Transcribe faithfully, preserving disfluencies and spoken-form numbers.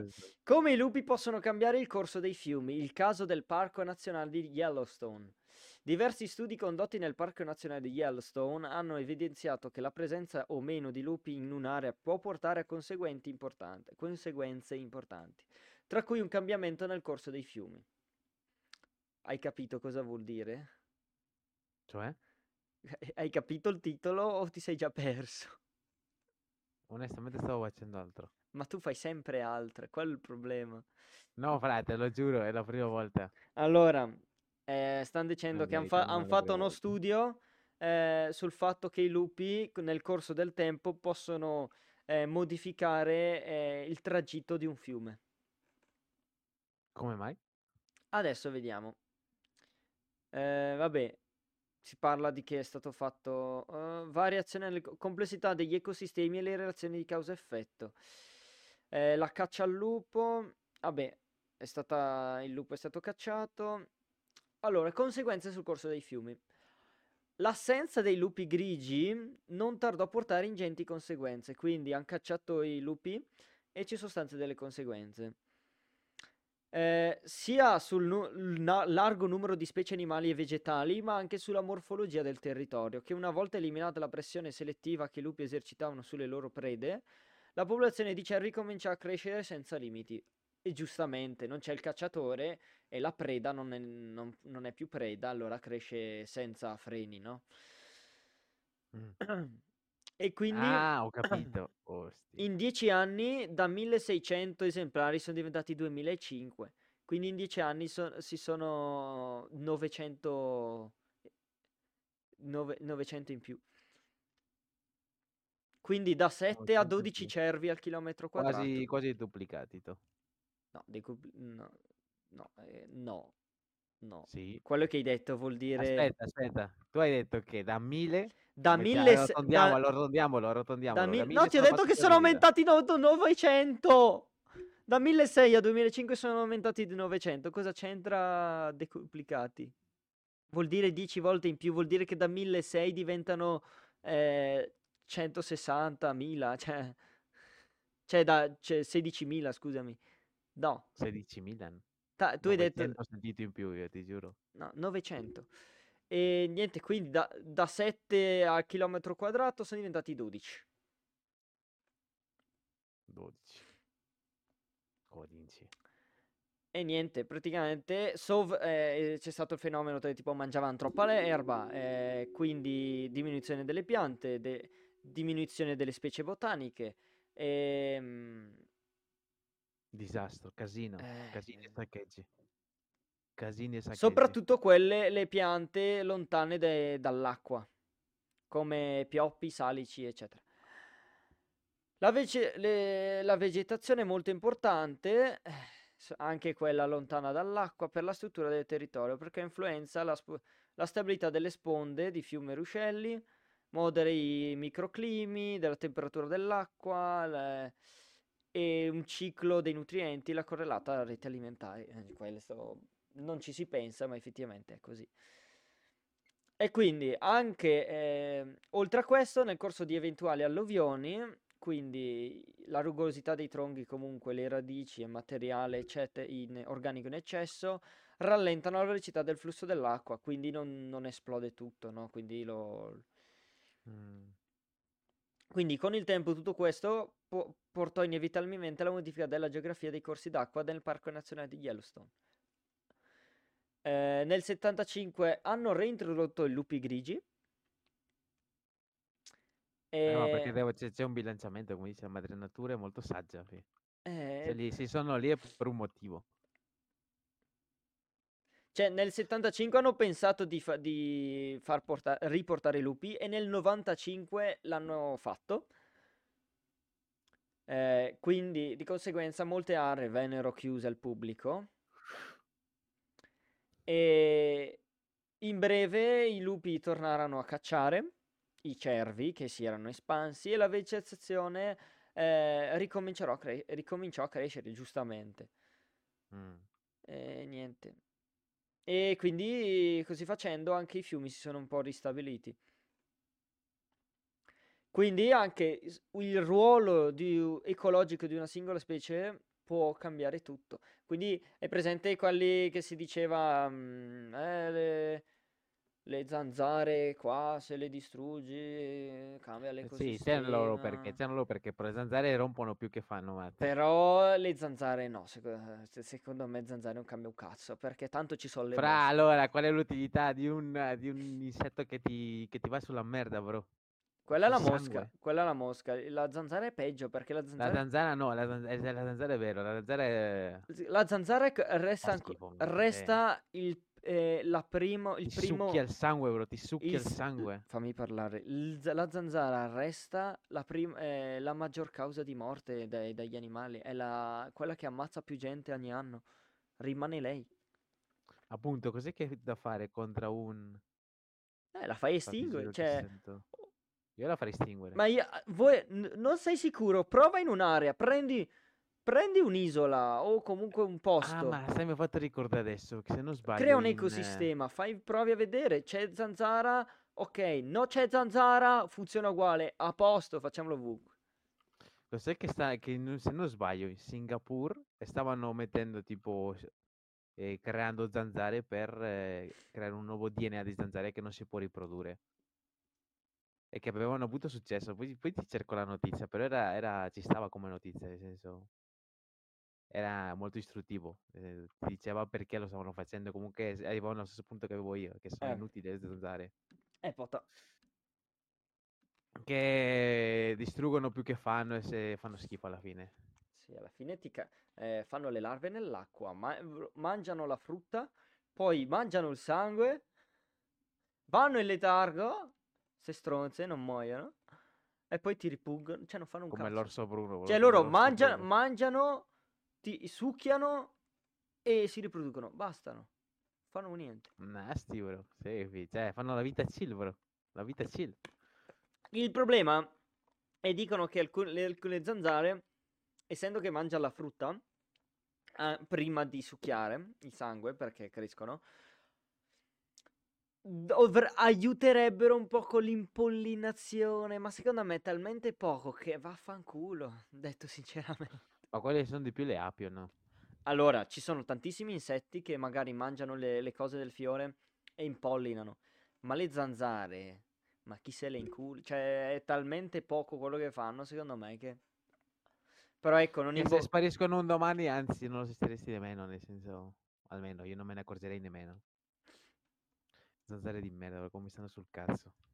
Come i lupi possono cambiare il corso dei fiumi? Il caso del Parco Nazionale di Yellowstone. Diversi studi condotti nel Parco Nazionale di Yellowstone hanno evidenziato che la presenza o meno di lupi in un'area può portare a conseguenti importanti- conseguenze importanti, tra cui un cambiamento nel corso dei fiumi. Hai capito cosa vuol dire? Cioè? Hai capito il titolo o ti sei già perso? Onestamente stavo facendo altro. Ma tu fai sempre altro, quello è il problema. No, frate, lo giuro, è la prima volta. Allora, eh, stanno dicendo che hanno Ok, per me è la fatto prima uno volta. studio eh, sul fatto che i lupi c- nel corso del tempo possono eh, modificare eh, il tragitto di un fiume. Come mai? Adesso vediamo. Eh, vabbè, si parla di che è stato fatto eh, variazione nelle co- complessità degli ecosistemi e le relazioni di causa-effetto. Eh, la caccia al lupo, vabbè, è stata, il lupo è stato cacciato. Allora, conseguenze sul corso dei fiumi. L'assenza dei lupi grigi non tardò a portare ingenti conseguenze, quindi hanno cacciato i lupi e ci sono state delle conseguenze. Eh, sia sul nu- na- largo numero di specie animali e vegetali, ma anche sulla morfologia del territorio, che una volta eliminata la pressione selettiva che i lupi esercitavano sulle loro prede, la popolazione di cervi cominciò a crescere senza limiti. E giustamente non c'è il cacciatore e la preda non è, non- non è più preda, allora cresce senza freni, no? Mm. E quindi Ah, ho capito. Ostia. in dieci anni da milleseicento esemplari sono diventati duemilacinque. Quindi in dieci anni so- si sono novecento, nove- novecento in più. Quindi da sette a novecento in dodici più. cervi al chilometro Quasi, quadrato. quasi duplicati, tu. No, decupli- no, no, eh, no, no. Sì. Quello che hai detto vuol dire Aspetta, aspetta. Tu hai detto che da mille, da mettiamo, mille, da, arrotondiamolo, arrotondiamolo, da arrotondiamolo. Da mil- no, mille ti ho sono detto che passati a sono duemila. aumentati no- novecento. Da milleseicento a duemilacinque sono aumentati di novecento. Cosa c'entra decuplicati? Vuol dire dieci volte in più, vuol dire che da milleseicento diventano eh, centosessantamila, cioè, cioè da cioè sedicimila, scusami. No, sedicimila. ta- tu hai detto novecento ho sentito in più, io ti giuro. no, novecento. E niente, quindi da, da sette al chilometro quadrato sono diventati dodici. dodici. Codici. E niente, praticamente sov- eh, c'è stato il fenomeno del tipo mangiavano troppa le- erba, eh, quindi diminuzione delle piante, de- diminuzione delle specie botaniche. ehm, Disastro, casino. Casini e eh, saccheggi. Casini e saccheggi. soprattutto quelle, le piante lontane de- dall'acqua, come pioppi, salici, eccetera. La, vege- le- la vegetazione è molto importante, eh, s- anche quella lontana dall'acqua, per la struttura del territorio, perché influenza la, sp- la stabilità delle sponde di fiumi e ruscelli, modera i microclimi, della temperatura dell'acqua le- e un ciclo dei nutrienti, la correlata alla rete alimentare. Eh, questo non ci si pensa, ma effettivamente è così. E quindi anche eh, oltre a questo, nel corso di eventuali alluvioni, quindi la rugosità dei tronchi, comunque le radici e materiale eccetera, in, organico in eccesso, rallentano la velocità del flusso dell'acqua, quindi non, non esplode tutto, no? Quindi, lo... Mm. quindi con il tempo tutto questo po- portò inevitabilmente alla modifica della geografia dei corsi d'acqua del Parco Nazionale di Yellowstone. Eh, nel settantacinque hanno reintrodotto i lupi grigi. Eh, ma perché E, devo- c'è, c'è un bilanciamento, come dice la madre natura, è molto saggia. Fi. Se eh, li, si sono lì è per un motivo. Cioè, nel settantacinque hanno pensato di, fa- di far porta- riportare i lupi e nel novantacinque l'hanno fatto. Eh, quindi, di conseguenza, molte aree vennero chiuse al pubblico e in breve i lupi tornarono a cacciare i cervi che si erano espansi e la vegetazione eh, ricomincerò a cre- ricominciò a crescere, giustamente. Mm. E niente. E quindi, così facendo, anche i fiumi si sono un po' ristabiliti. Quindi anche s- il ruolo di- ecologico di una singola specie può cambiare tutto. Quindi è presente quelli che si diceva, mm, eh, le, le zanzare qua, se le distruggi, eh, cambia Eh, Sì, c'hanno loro perché, l'ecosistema. c'hanno loro perché, però le zanzare rompono più che fanno, Matt. Però le zanzare no, seco- se- secondo me zanzare non cambia un cazzo, perché tanto ci sono le Fra, mosche. allora, qual è l'utilità di un, di un insetto che ti, che ti va sulla merda, bro? Quella è Sul la mosca, sangue. quella è la mosca. La zanzara è peggio perché la La zanzara, zanzara no, la, zan- eh, la zanzara è vero, la zanzara è... la zanzara è c- fa resta, anco- schifo, Matt. Eh. resta il, eh, la primo, il Ti succhia primo, il sangue, bro, ti il, succhia il s- l- sangue. fammi parlare. Il z- la zanzara resta la, prim- eh, la maggior causa di morte dai- dagli animali. È la- quella che ammazza più gente ogni anno. Rimane lei. Appunto, cos'è che è da fare contro un... Eh, la fai Ah, ti estinguere, giuro che cioè. sento... Io la farei estinguere. Ma io, voi n- non sei sicuro? Prova in un'area, prendi, prendi un'isola o comunque un Ah, posto, ma sai, mi ha fatto ricordare adesso, che se non crea sbaglio un in... eh, ecosistema, fai, provi a vedere, c'è zanzara, ok, no c'è zanzara, funziona uguale, a posto, facciamolo ovunque. Cos'è che sta, che non- se non sbaglio in Singapore stavano mettendo tipo, s- eh, creando zanzare per eh, creare un nuovo D N A di zanzare che non si può riprodurre e che avevano avuto successo. Poi, poi ti cerco la notizia, però era, era- ci stava come notizia, nel senso, era molto istruttivo. Eh, ti diceva perché lo stavano facendo, comunque s- arrivavano allo stesso punto che avevo io, che sono Eh, inutili le zanzare, è pota. che distruggono più che fanno e se fanno schifo alla fine. Sì, alla fine ti ca- eh, fanno le larve nell'acqua, ma- mangiano la frutta, poi mangiano il sangue, vanno in letargo, se stronze, non muoiono, e poi ti ripuggono, cioè non fanno un Come cazzo. l'orso bruno, bro, Cioè come loro l'orso mangia- bruno. mangiano, ti succhiano e si riproducono, bastano, fanno niente. Nasty, bro. Sì, fi- cioè, fanno la vita chill, bro. La vita chill. Il problema è dicono che alcun- le, alcune zanzare, essendo che mangiano la frutta, eh, prima di succhiare il sangue, perché crescono, dovr- aiuterebbero un po' con l'impollinazione, ma secondo me è talmente poco che vaffanculo, detto sinceramente. Ma quelle sono di più le api, o no? Allora, ci sono tantissimi insetti che magari mangiano le, le cose del fiore e impollinano, ma le zanzare, ma chi se le incula? Cioè, è talmente poco quello che fanno, secondo me, che. Però ecco, non Che se invo. spariscono un domani, anzi, non lo sentiresti nemmeno, nel senso... Almeno, io non me ne accorgerei nemmeno. Zanzare di merda, bro, come mi stanno sul cazzo.